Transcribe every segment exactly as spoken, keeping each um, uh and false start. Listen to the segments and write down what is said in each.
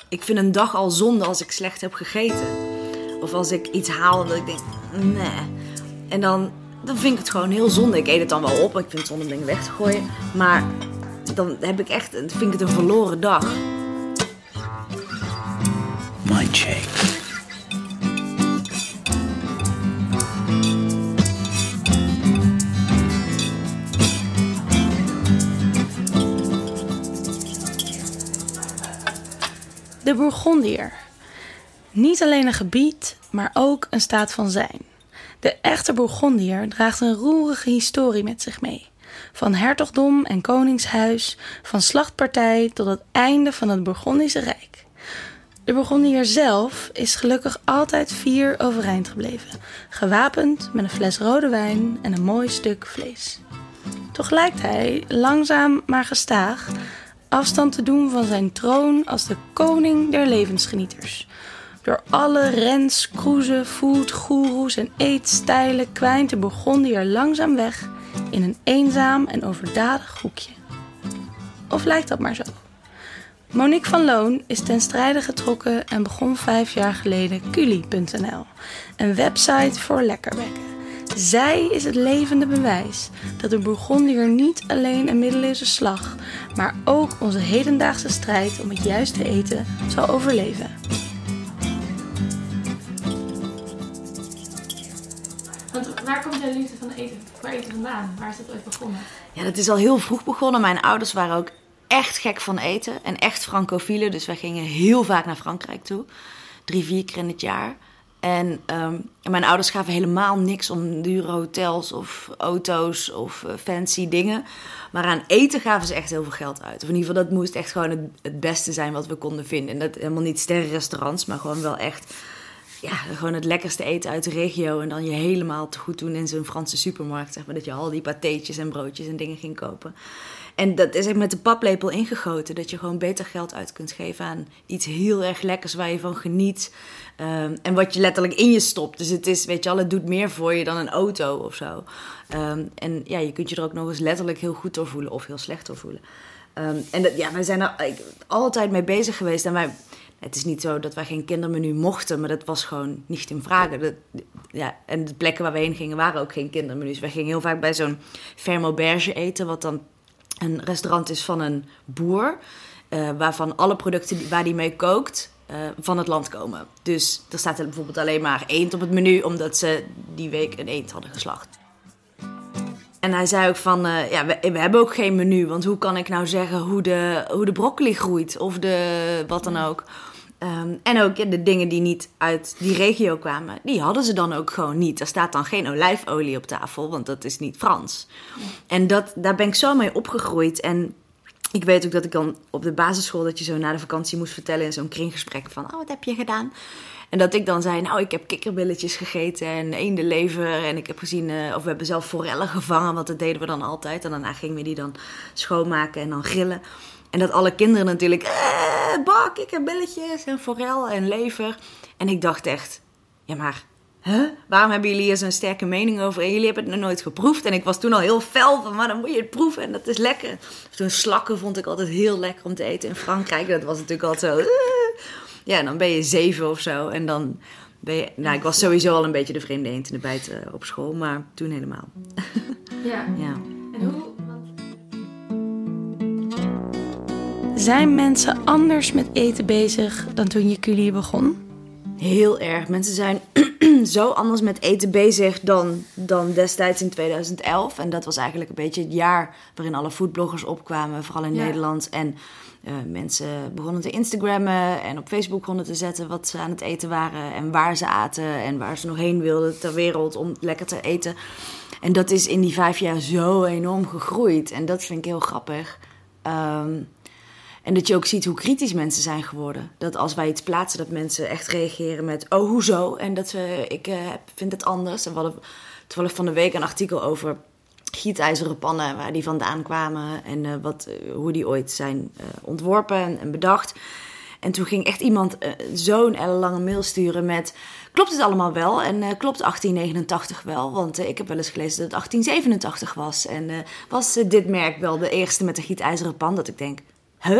ik vind een dag al zonde als ik slecht heb gegeten. Of als ik iets haal en dat ik denk, nee. En dan, dan vind ik het gewoon heel zonde. Ik eet het dan wel op, ik vind het zonde om dingen weg te gooien. Maar dan heb ik echt, vind ik het een verloren dag. Mindshake. De Bourgondiër. Niet alleen een gebied, maar ook een staat van zijn. De echte Bourgondiër draagt een roerige historie met zich mee. Van hertogdom en koningshuis, van slachtpartij tot het einde van het Bourgondische Rijk. De Bourgondiër zelf is gelukkig altijd fier overeind gebleven. Gewapend met een fles rode wijn en een mooi stuk vlees. Toch lijkt hij, langzaam maar gestaag, afstand te doen van zijn troon als de koning der levensgenieters. Door alle rens, cruisen, food, goeroes en eetstijlen kwijnt de Bourgondiër langzaam weg in een eenzaam en overdadig hoekje. Of lijkt dat maar zo? Monique van Loon is ten strijde getrokken en begon vijf jaar geleden Culi punt n l, een website voor lekkerbekken. Zij is het levende bewijs dat de Bourgondiër niet alleen een middeleeuwse slag, maar ook onze hedendaagse strijd om het juiste eten zal overleven. Want waar komt jouw liefde van eten, voor eten vandaan? Waar is dat ooit begonnen? Ja, dat is al heel vroeg begonnen. Mijn ouders waren ook echt gek van eten en echt francofielen. Dus wij gingen heel vaak naar Frankrijk toe. Drie, vier keer in het jaar. En, um, en mijn ouders gaven helemaal niks om dure hotels of auto's of uh, fancy dingen. Maar aan eten gaven ze echt heel veel geld uit. Of in ieder geval, dat moest echt gewoon het, het beste zijn wat we konden vinden. En dat helemaal niet sterrenrestaurants, maar gewoon wel echt, ja, gewoon het lekkerste eten uit de regio. En dan je helemaal te goed doen in zo'n Franse supermarkt. Zeg maar, dat je al die patéetjes en broodjes en dingen ging kopen. En dat is echt met de paplepel ingegoten. Dat je gewoon beter geld uit kunt geven aan iets heel erg lekkers waar je van geniet. Um, en wat je letterlijk in je stopt. Dus het is, weet je wel, het doet meer voor je dan een auto of zo. Um, en ja, je kunt je er ook nog eens letterlijk heel goed door voelen of heel slecht door voelen. Um, en dat, ja, wij zijn er altijd mee bezig geweest. En wij, het is niet zo dat wij geen kindermenu mochten, maar dat was gewoon niet in vragen. Dat, ja, en de plekken waar we heen gingen waren ook geen kindermenu's. Wij gingen heel vaak bij zo'n ferme auberge eten, wat dan een restaurant is van een boer, uh, waarvan alle producten die, waar die mee kookt, uh, van het land komen. Dus er staat er bijvoorbeeld alleen maar eend op het menu, omdat ze die week een eend hadden geslacht. En hij zei ook van, uh, ja, we, we hebben ook geen menu, want hoe kan ik nou zeggen hoe de, hoe de broccoli groeit of de wat dan ook. Um, en ook ja, de dingen die niet uit die regio kwamen, die hadden ze dan ook gewoon niet. Er staat dan geen olijfolie op tafel, want dat is niet Frans. Ja. En dat, daar ben ik zo mee opgegroeid. En ik weet ook dat ik dan op de basisschool, dat je zo na de vakantie moest vertellen in zo'n kringgesprek van, oh, wat heb je gedaan? En dat ik dan zei, nou, ik heb kikkerbilletjes gegeten en eendenlever. En ik heb gezien, uh, of we hebben zelf forellen gevangen, want dat deden we dan altijd. En daarna gingen we die dan schoonmaken en dan grillen. En dat alle kinderen natuurlijk, eh, bak, kikkerbilletjes en forel en lever. En ik dacht echt, ja maar, huh? Waarom hebben jullie hier zo'n sterke mening over? En jullie hebben het nog nooit geproefd. En ik was toen al heel fel van, maar dan moet je het proeven en dat is lekker. Toen slakken vond ik altijd heel lekker om te eten in Frankrijk. Dat was natuurlijk altijd zo, uh. ja, dan ben je zeven of zo. En dan ben je, nou, ik was sowieso al een beetje de vreemde eend in de bijt uh, op school, maar toen helemaal. Ja. Ja. En hoe? Zijn mensen anders met eten bezig dan toen je Culi begon? Heel erg. Mensen zijn zo anders met eten bezig dan, dan destijds in tweeduizend elf. En dat was eigenlijk een beetje het jaar waarin alle foodbloggers opkwamen, vooral in ja. Nederland. En uh, mensen begonnen te Instagrammen en op Facebook begonnen te zetten wat ze aan het eten waren en waar ze aten en waar ze nog heen wilden ter wereld om lekker te eten. En dat is in die vijf jaar zo enorm gegroeid. En dat vind ik heel grappig. Um, En dat je ook ziet hoe kritisch mensen zijn geworden. Dat als wij iets plaatsen, dat mensen echt reageren met, oh, hoezo? En dat ze, ik uh, vind het anders. En we hadden toevallig van de week een artikel over gietijzeren pannen, waar die vandaan kwamen. En uh, wat, uh, hoe die ooit zijn uh, ontworpen en, en bedacht. En toen ging echt iemand uh, zo'n ellenlange mail sturen met, klopt het allemaal wel? En uh, klopt achttien negenentachtig wel? Want uh, ik heb wel eens gelezen dat het achttien zevenentachtig was. En uh, was uh, dit merk wel de eerste met de gietijzeren pan? Dat ik denk, huh?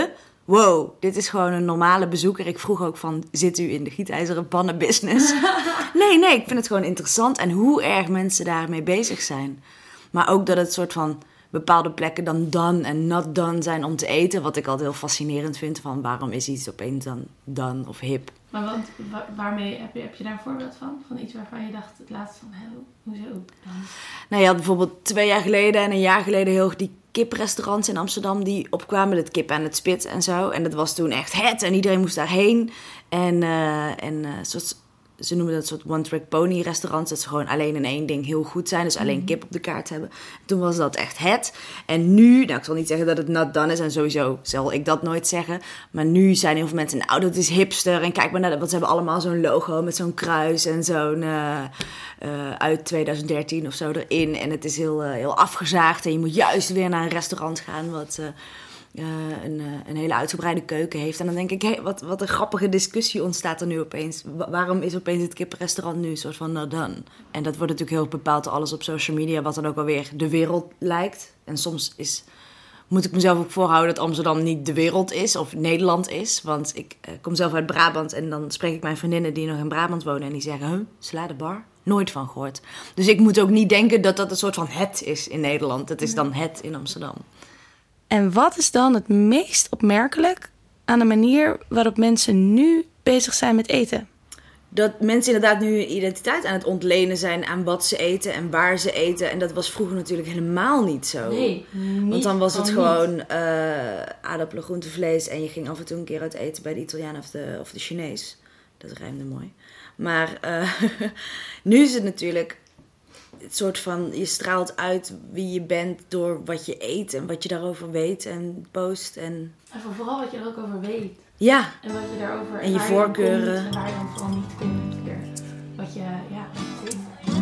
wow, dit is gewoon een normale bezoeker. Ik vroeg ook van, zit u in de gietijzeren pannen business? nee, nee, ik vind het gewoon interessant. En hoe erg mensen daarmee bezig zijn. Maar ook dat het soort van bepaalde plekken dan done en not done zijn om te eten. Wat ik altijd heel fascinerend vind. Van waarom is iets opeens dan done of hip? Maar wat, wa- waarmee, heb je, heb je daar een voorbeeld van? Van iets waarvan je dacht het laatst van, hé, hoezo dan? Nou, je had bijvoorbeeld twee jaar geleden en een jaar geleden heel erg die kiprestaurants in Amsterdam die opkwamen. Het kip en het spit en zo. En dat was toen echt het. En iedereen moest daarheen. En, uh, en uh, soort, ze noemen dat soort one-trick pony restaurants. Dat ze gewoon alleen in één ding heel goed zijn. Dus alleen kip op de kaart hebben. Toen was dat echt het. En nu, nou ik zal niet zeggen dat het not done is. En sowieso zal ik dat nooit zeggen. Maar nu zijn heel veel mensen, nou dat is hipster. En kijk maar naar dat, want ze hebben allemaal zo'n logo met zo'n kruis en zo'n... Uh, Uh, uit twintig dertien of zo erin. En het is heel, uh, heel afgezaagd. En je moet juist weer naar een restaurant gaan wat uh, uh, een, uh, een hele uitgebreide keuken heeft. En dan denk ik, hey, wat, wat een grappige discussie ontstaat er nu opeens. Wa- waarom is opeens het kiprestaurant nu een soort van not done? En dat wordt natuurlijk heel bepaald door alles op social media, wat dan ook alweer de wereld lijkt. En soms is... moet ik mezelf ook voorhouden dat Amsterdam niet de wereld is of Nederland is. Want ik uh, kom zelf uit Brabant en dan spreek ik mijn vriendinnen die nog in Brabant wonen en die zeggen, huh, saladebar? Nooit van gehoord. Dus ik moet ook niet denken dat dat een soort van het is in Nederland. Het is dan het in Amsterdam. En wat is dan het meest opmerkelijk aan de manier waarop mensen nu bezig zijn met eten? Dat mensen inderdaad nu hun identiteit aan het ontlenen zijn aan wat ze eten en waar ze eten. En dat was vroeger natuurlijk helemaal niet zo. Nee, niet, Want dan was het gewoon gewoon uh, aardappelen, groente, vlees. En je ging af en toe een keer uit eten bij de Italiaan of de, of de Chinees. Dat rijmde mooi. Maar uh, nu is het natuurlijk het soort van... je straalt uit wie je bent door wat je eet en wat je daarover weet en post. En, en vooral wat je er ook over weet. Ja. En wat je daarover... En je voorkeuren. En waar je dan vooral niet komt. Wat je... Ja, goed.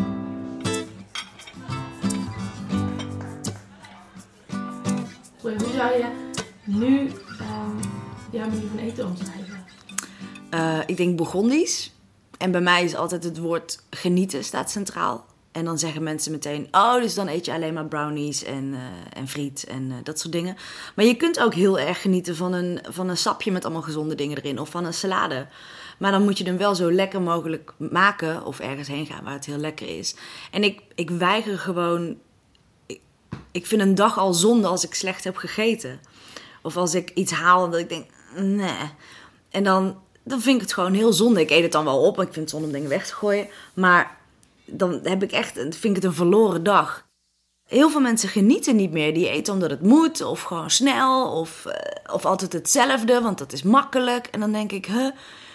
Sorry, hoe zou je nu um, jouw manier van eten omschrijven? Uh, ik denk Bourgondisch. En bij mij is altijd het woord genieten staat centraal. En dan zeggen mensen meteen, oh, dus dan eet je alleen maar brownies en, uh, en friet en uh, dat soort dingen. Maar je kunt ook heel erg genieten van een, van een sapje met allemaal gezonde dingen erin. Of van een salade. Maar dan moet je hem wel zo lekker mogelijk maken. Of ergens heen gaan waar het heel lekker is. En ik, ik weiger gewoon... Ik, ik vind een dag al zonde als ik slecht heb gegeten. Of als ik iets haal en dat ik denk, nee. En dan... dan vind ik het gewoon heel zonde. Ik eet het dan wel op, ik vind het zonde om dingen weg te gooien. Maar dan heb ik echt, vind ik het een verloren dag. Heel veel mensen genieten niet meer. Die eten omdat het moet, of gewoon snel, of, uh, of altijd hetzelfde, want dat is makkelijk. En dan denk ik, huh,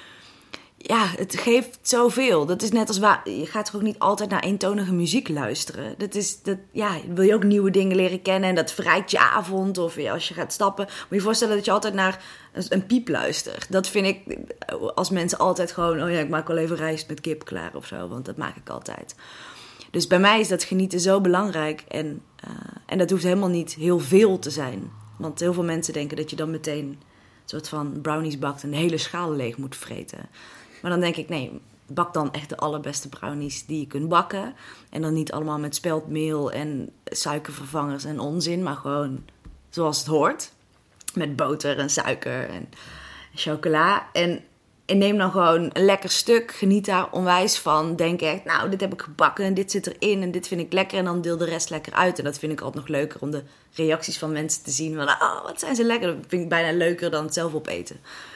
ja, het geeft zoveel. Dat is net als waar, je gaat toch ook niet altijd naar eentonige muziek luisteren. Dat is, dat, ja, wil je ook nieuwe dingen leren kennen en dat verrijkt je avond. Of ja, als je gaat stappen, moet je je voorstellen dat je altijd naar een, een piep luistert. Dat vind ik, als mensen altijd gewoon, oh ja, ik maak wel even rijst met kip klaar of zo, want dat maak ik altijd. Dus bij mij is dat genieten zo belangrijk en, uh, en dat hoeft helemaal niet heel veel te zijn. Want heel veel mensen denken dat je dan meteen een soort van brownies bakt en de hele schaal leeg moet vreten. Maar dan denk ik, nee, bak dan echt de allerbeste brownies die je kunt bakken. En dan niet allemaal met speldmeel en suikervervangers en onzin, maar gewoon zoals het hoort. Met boter en suiker en chocola. En, en neem dan gewoon een lekker stuk, geniet daar onwijs van. Denk echt, nou, dit heb ik gebakken en dit zit erin en dit vind ik lekker. En dan deel de rest lekker uit. En dat vind ik altijd nog leuker om de reacties van mensen te zien. Van, oh, wat zijn ze lekker. Dat vind ik bijna leuker dan het zelf opeten.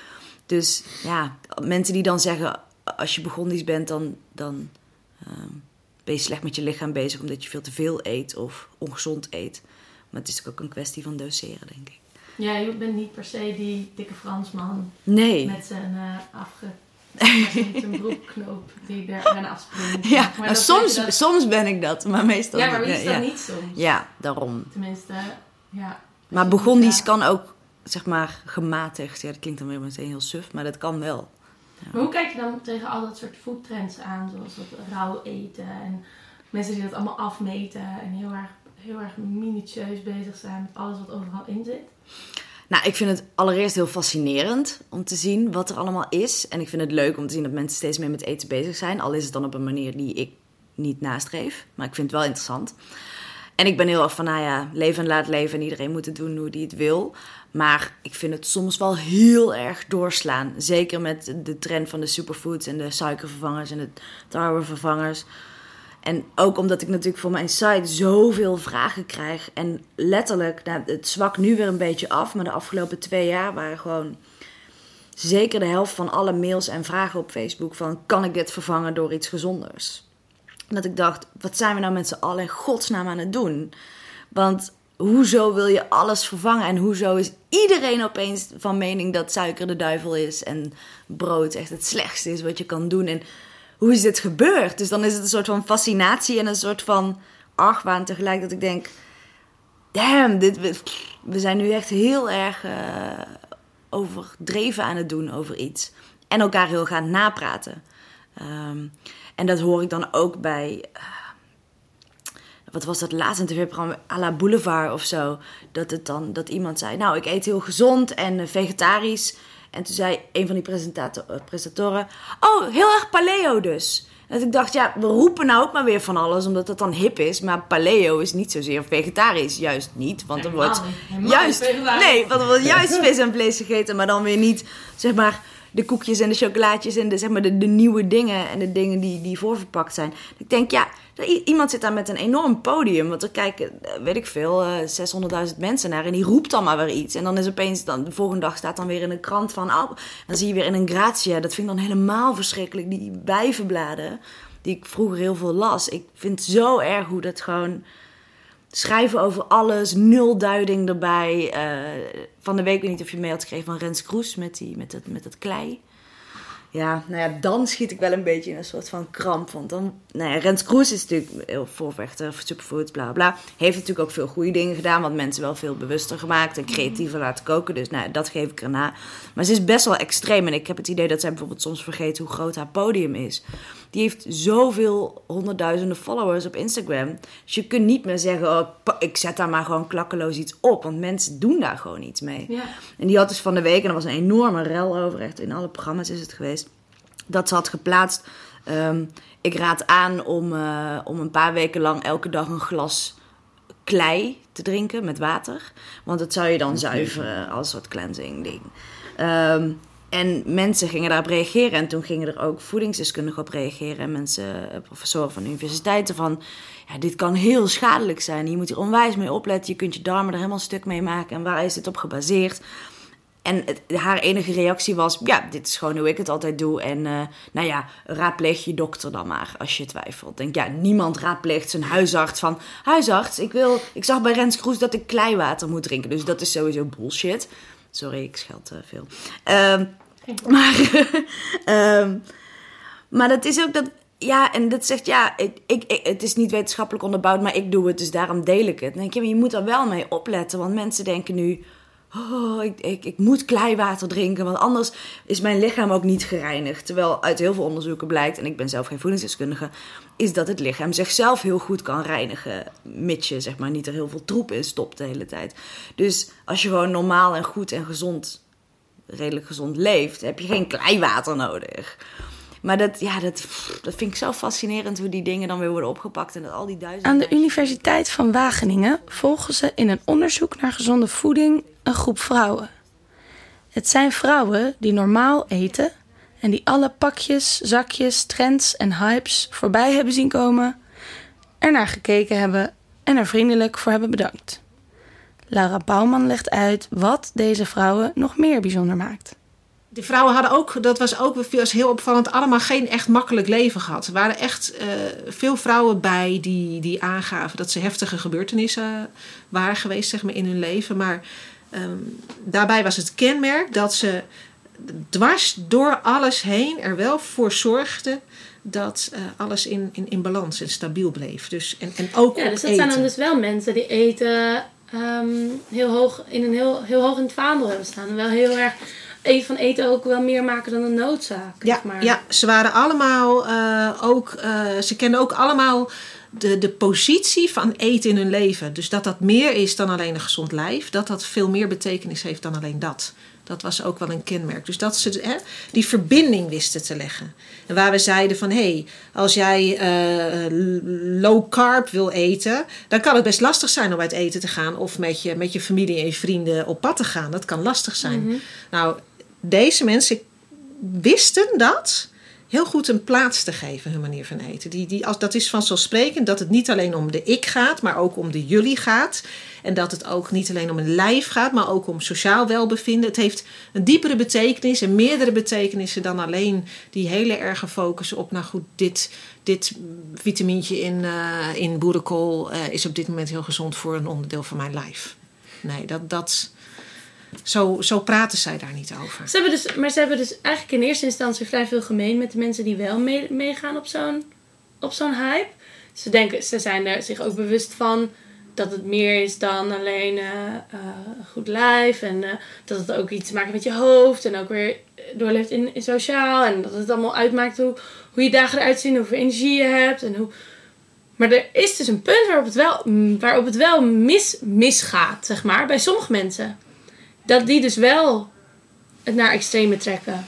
Dus ja, mensen die dan zeggen, als je Bourgondisch bent, dan, dan uh, ben je slecht met je lichaam bezig omdat je veel te veel eet of ongezond eet. Maar het is ook een kwestie van doseren, denk ik. Ja, je bent niet per se die dikke Fransman. Nee. Met zijn uh, afge... met zijn broekknoop die er aan afspringt. Ja, maar nou, soms, dat... soms ben ik dat, maar meestal niet. Ja, maar wie niet. is dat ja. niet soms? Ja, daarom. Tenminste, ja. Maar Bourgondisch kan ook, zeg maar, gematigd. Ja, dat klinkt dan weer meteen heel suf, maar dat kan wel. Ja. Maar hoe kijk je dan tegen al dat soort foodtrends aan? Zoals dat rauw eten en mensen die dat allemaal afmeten en heel erg, heel erg minutieus bezig zijn met alles wat overal in zit? Nou, ik vind het allereerst heel fascinerend om te zien wat er allemaal is. En ik vind het leuk om te zien dat mensen steeds meer met eten bezig zijn. Al is het dan op een manier die ik niet nastreef. Maar ik vind het wel interessant. En ik ben heel erg van, nou ja, leven en laat leven. En iedereen moet het doen hoe die het wil. Maar ik vind het soms wel heel erg doorslaan. Zeker met de trend van de superfoods en de suikervervangers en de tarwevervangers. En ook omdat ik natuurlijk voor mijn site zoveel vragen krijg. En letterlijk, nou, het zwakt nu weer een beetje af. Maar de afgelopen twee jaar waren gewoon zeker de helft van alle mails en vragen op Facebook van, kan ik dit vervangen door iets gezonders? En dat ik dacht, wat zijn we nou met z'n allen in godsnaam aan het doen? Want hoezo wil je alles vervangen? En hoezo is iedereen opeens van mening dat suiker de duivel is en brood echt het slechtste is wat je kan doen? En hoe is dit gebeurd? Dus dan is het een soort van fascinatie en een soort van argwaan tegelijk dat ik denk, damn, dit, we, we zijn nu echt heel erg uh, overdreven aan het doen over iets. En elkaar heel gaan napraten. Um, en dat hoor ik dan ook bij, uh, wat was dat laatst in een tv-programma, à la Boulevard of zo. Dat, het dan, dat iemand zei, nou, ik eet heel gezond en uh, vegetarisch. En toen zei een van die presentator, uh, presentatoren, oh, heel erg paleo dus. En ik dacht, ja, we roepen nou ook maar weer van alles, omdat het dan hip is. Maar paleo is niet zozeer vegetarisch, juist niet. Want er wordt juist, nee, want er wordt juist vis en vlees gegeten, maar dan weer niet, zeg maar, de koekjes en de chocolaatjes en de, zeg maar, de, de nieuwe dingen en de dingen die, die voorverpakt zijn. Ik denk, ja, iemand zit daar met een enorm podium, want er kijken, weet ik veel, uh, zeshonderdduizend mensen naar en die roept dan maar weer iets. En dan is opeens, dan, de volgende dag staat dan weer in een krant van, oh, dan zie je weer in een Grazia. Dat vind ik dan helemaal verschrikkelijk, die wijvenbladen, die ik vroeger heel veel las. Ik vind het zo erg hoe dat gewoon schrijven over alles, nul duiding erbij. Uh, van de week, ik weet niet of je mee had gekregen van Rens Kroes met, die, met, het, met het klei. Ja, nou ja, dan schiet ik wel een beetje in een soort van kramp. Want dan, nou ja, Rens Kroes is natuurlijk heel voorvechter voor superfoods, bla bla. Heeft natuurlijk ook veel goede dingen gedaan, want mensen wel veel bewuster gemaakt en creatiever laten koken. Dus nou, dat geef ik erna. Maar ze is best wel extreem en ik heb het idee dat zij bijvoorbeeld soms vergeet hoe groot haar podium is. Die heeft zoveel honderdduizenden followers op Instagram. Dus je kunt niet meer zeggen, oh, ik zet daar maar gewoon klakkeloos iets op. Want mensen doen daar gewoon iets mee. Ja. En die had dus van de week, en er was een enorme rel over, echt in alle programma's is het geweest, dat ze had geplaatst, um, ik raad aan om, uh, om een paar weken lang elke dag een glas klei te drinken met water. Want dat zou je dan zuiveren als een soort cleansing ding. Um, En mensen gingen daarop reageren. En toen gingen er ook voedingsdeskundigen op reageren. En mensen, professoren van universiteiten, van, ja, dit kan heel schadelijk zijn. Je moet hier onwijs mee opletten. Je kunt je darmen er helemaal stuk mee maken. En waar is dit op gebaseerd? En het, haar enige reactie was, ja, dit is gewoon hoe ik het altijd doe. En uh, nou ja, raadpleeg je dokter dan maar als je twijfelt. Denk, ja, niemand raadpleegt zijn huisarts van, huisarts, ik, wil, ik zag bij Rens Kroes dat ik kleiwater moet drinken. Dus dat is sowieso bullshit. Sorry, ik scheld uh, veel. Um, Maar, um, maar dat is ook dat, ja, en dat zegt, ja, ik, ik, het is niet wetenschappelijk onderbouwd, maar ik doe het, dus daarom deel ik het. Dan denk je, maar je moet er wel mee opletten, want mensen denken nu, oh, ik, ik, ik moet kleiwater drinken, want anders is mijn lichaam ook niet gereinigd. Terwijl uit heel veel onderzoeken blijkt, en ik ben zelf geen voedingsdeskundige, is dat het lichaam zichzelf heel goed kan reinigen, mits je, zeg maar, niet er heel veel troep in stopt de hele tijd. Dus als je gewoon normaal en goed en gezond, redelijk gezond leeft, heb je geen kleiwater nodig. Maar dat, ja, dat, dat vind ik zo fascinerend hoe die dingen dan weer worden opgepakt. En dat al die duizenden... Aan de Universiteit van Wageningen volgen ze in een onderzoek naar gezonde voeding een groep vrouwen. Het zijn vrouwen die normaal eten en die alle pakjes, zakjes, trends en hypes voorbij hebben zien komen, ernaar gekeken hebben en er vriendelijk voor hebben bedankt. Laura Bouwman legt uit wat deze vrouwen nog meer bijzonder maakt. De vrouwen hadden ook, dat was ook was heel opvallend, allemaal geen echt makkelijk leven gehad. Er waren echt uh, veel vrouwen bij die, die aangaven dat ze heftige gebeurtenissen waren geweest, zeg maar, in hun leven. Maar um, daarbij was het kenmerk dat ze dwars door alles heen er wel voor zorgden dat uh, alles in, in, in balans en stabiel bleef. Dus, en, en ook ja, dus dat eten. Zijn dan dus wel mensen die eten um, heel hoog in een heel, heel hoog in het vaandel hebben staan. En wel heel erg eten van eten ook wel meer maken dan een noodzaak. Ja, zeg maar. ja, ze waren allemaal uh, ook, uh, ze kenden ook allemaal de, de positie van eten in hun leven. Dus dat dat meer is dan alleen een gezond lijf. Dat dat veel meer betekenis heeft dan alleen dat. Dat was ook wel een kenmerk. Dus dat ze hè, die verbinding wisten te leggen. En waar we zeiden van, hé, hey, als jij uh, low carb wil eten, dan kan het best lastig zijn om uit eten te gaan of met je, met je familie en je vrienden op pad te gaan. Dat kan lastig zijn. Mm-hmm. Nou, deze mensen wisten dat heel goed een plaats te geven, hun manier van eten. Die, die, als, dat is vanzelfsprekend dat het niet alleen om de ik gaat, maar ook om de jullie gaat. En dat het ook niet alleen om een lijf gaat, maar ook om sociaal welbevinden. Het heeft een diepere betekenis en meerdere betekenissen dan alleen die hele erge focus op, nou goed, dit, dit vitamintje in, uh, in boerenkool uh, is op dit moment heel gezond voor een onderdeel van mijn lijf. Nee, dat... dat Zo, zo praten zij daar niet over. Ze hebben dus, maar ze hebben dus eigenlijk in eerste instantie vrij veel gemeen met de mensen die wel mee, meegaan op zo'n, op zo'n hype. Ze, denken, ze zijn er zich ook bewust van dat het meer is dan alleen uh, uh, een goed lijf. En uh, dat het ook iets maakt met je hoofd. En ook weer doorleeft in, in sociaal. En dat het allemaal uitmaakt hoe, hoe je dagen eruit zien. Hoeveel energie je hebt. En hoe... Maar er is dus een punt waarop het wel, waarop het wel mis, misgaat, zeg maar. Bij sommige mensen. Dat die dus wel het naar extreme trekken.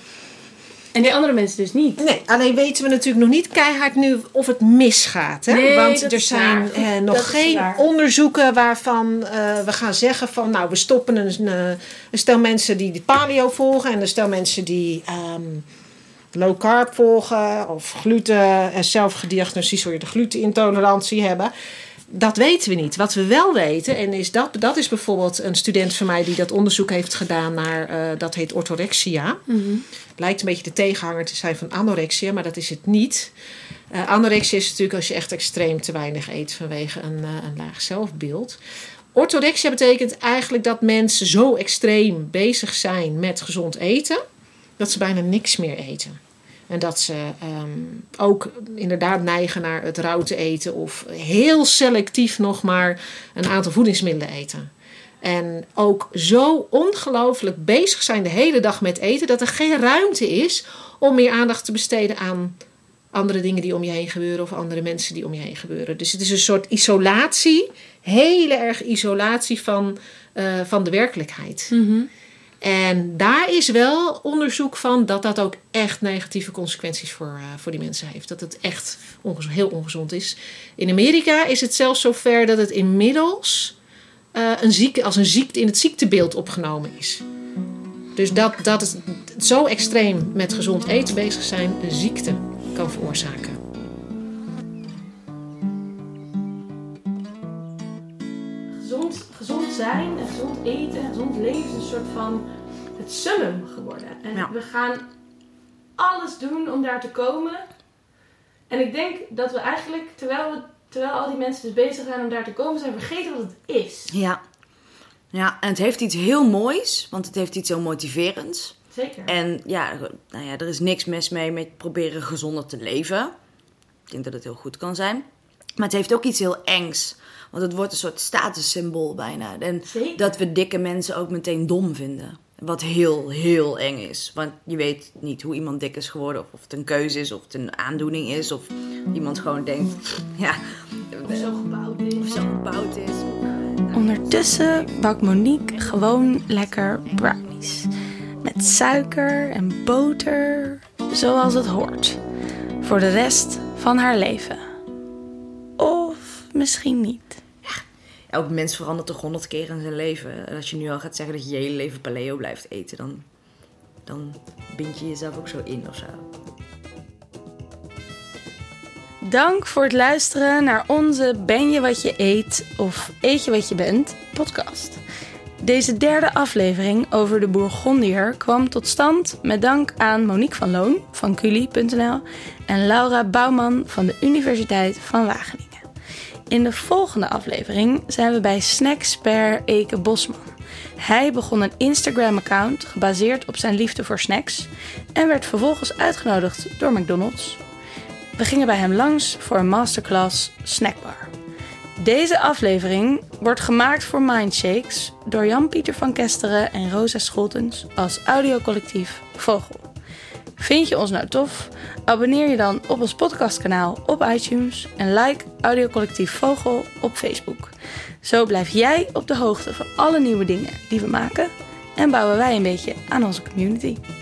En die andere mensen dus niet. Nee, alleen weten we natuurlijk nog niet keihard nu of het misgaat. Hè? Nee, want er zijn eh, nog dat geen onderzoeken waarvan uh, we gaan zeggen van, nou, we stoppen een, een stel mensen die de paleo volgen en een stel mensen die um, low carb volgen of gluten en zelf gediagnosticeerde glutenintolerantie hebben. Dat weten we niet. Wat we wel weten, en is dat, dat is bijvoorbeeld een student van mij die dat onderzoek heeft gedaan naar, uh, dat heet orthorexia. Mm-hmm. Lijkt een beetje de tegenhanger te zijn van anorexia, maar dat is het niet. Uh, anorexia is natuurlijk als je echt extreem te weinig eet vanwege een, uh, een laag zelfbeeld. Orthorexia betekent eigenlijk dat mensen zo extreem bezig zijn met gezond eten, dat ze bijna niks meer eten. En dat ze um, ook inderdaad neigen naar het rauw te eten of heel selectief nog maar een aantal voedingsmiddelen eten. En ook zo ongelooflijk bezig zijn de hele dag met eten dat er geen ruimte is om meer aandacht te besteden aan andere dingen die om je heen gebeuren of andere mensen die om je heen gebeuren. Dus het is een soort isolatie, hele erg isolatie van, uh, van de werkelijkheid. Mm-hmm. En daar is wel onderzoek van dat dat ook echt negatieve consequenties voor, uh, voor die mensen heeft. Dat het echt ongezond, heel ongezond is. In Amerika is het zelfs zover dat het inmiddels uh, een ziekte, als een ziekte in het ziektebeeld opgenomen is. Dus dat, dat het zo extreem met gezond eten bezig zijn een ziekte kan veroorzaken. Gezond, gezond zijn en gezond eten en gezond leven is een soort van het summum geworden. En ja. we gaan alles doen om daar te komen. En ik denk dat we eigenlijk, terwijl, we, terwijl al die mensen dus bezig zijn om daar te komen, zijn vergeten wat het is. Ja. Ja, en het heeft iets heel moois, want het heeft iets heel motiverends. Zeker. En ja, nou ja, er is niks mis mee met proberen gezonder te leven. Ik denk dat het heel goed kan zijn. Maar het heeft ook iets heel engs. Want het wordt een soort statussymbool bijna. En Zeker. Dat we dikke mensen ook meteen dom vinden. Wat heel, heel eng is. Want je weet niet hoe iemand dik is geworden. Of het een keuze is, of het een aandoening is. Of iemand gewoon denkt, ja... Of zo gebouwd is. Of zo gebouwd is. Ondertussen bakt Monique gewoon lekker brownies. Met suiker en boter, zoals het hoort. Voor de rest van haar leven. Of misschien niet. Ja, elk mens verandert toch honderd keer in zijn leven. En als je nu al gaat zeggen dat je je hele leven paleo blijft eten, dan, dan bind je jezelf ook zo in of zo. Dank voor het luisteren naar onze Ben je wat je eet of Eet je wat je bent podcast. Deze derde aflevering over de Bourgondier kwam tot stand met dank aan Monique van Loon van Culi punt n l en Laura Bouwman van de Universiteit van Wageningen. In de volgende aflevering zijn we bij Snackspert Eke Bosman. Hij begon een Instagram-account gebaseerd op zijn liefde voor snacks en werd vervolgens uitgenodigd door McDonald's. We gingen bij hem langs voor een masterclass snackbar. Deze aflevering wordt gemaakt voor Mindshakes door Jan-Pieter van Kesteren en Rosa Scholtens als audiocollectief Vogel. Vind je ons nou tof? Abonneer je dan op ons podcastkanaal op iTunes en like audiocollectief Vogel op Facebook. Zo blijf jij op de hoogte van alle nieuwe dingen die we maken en bouwen wij een beetje aan onze community.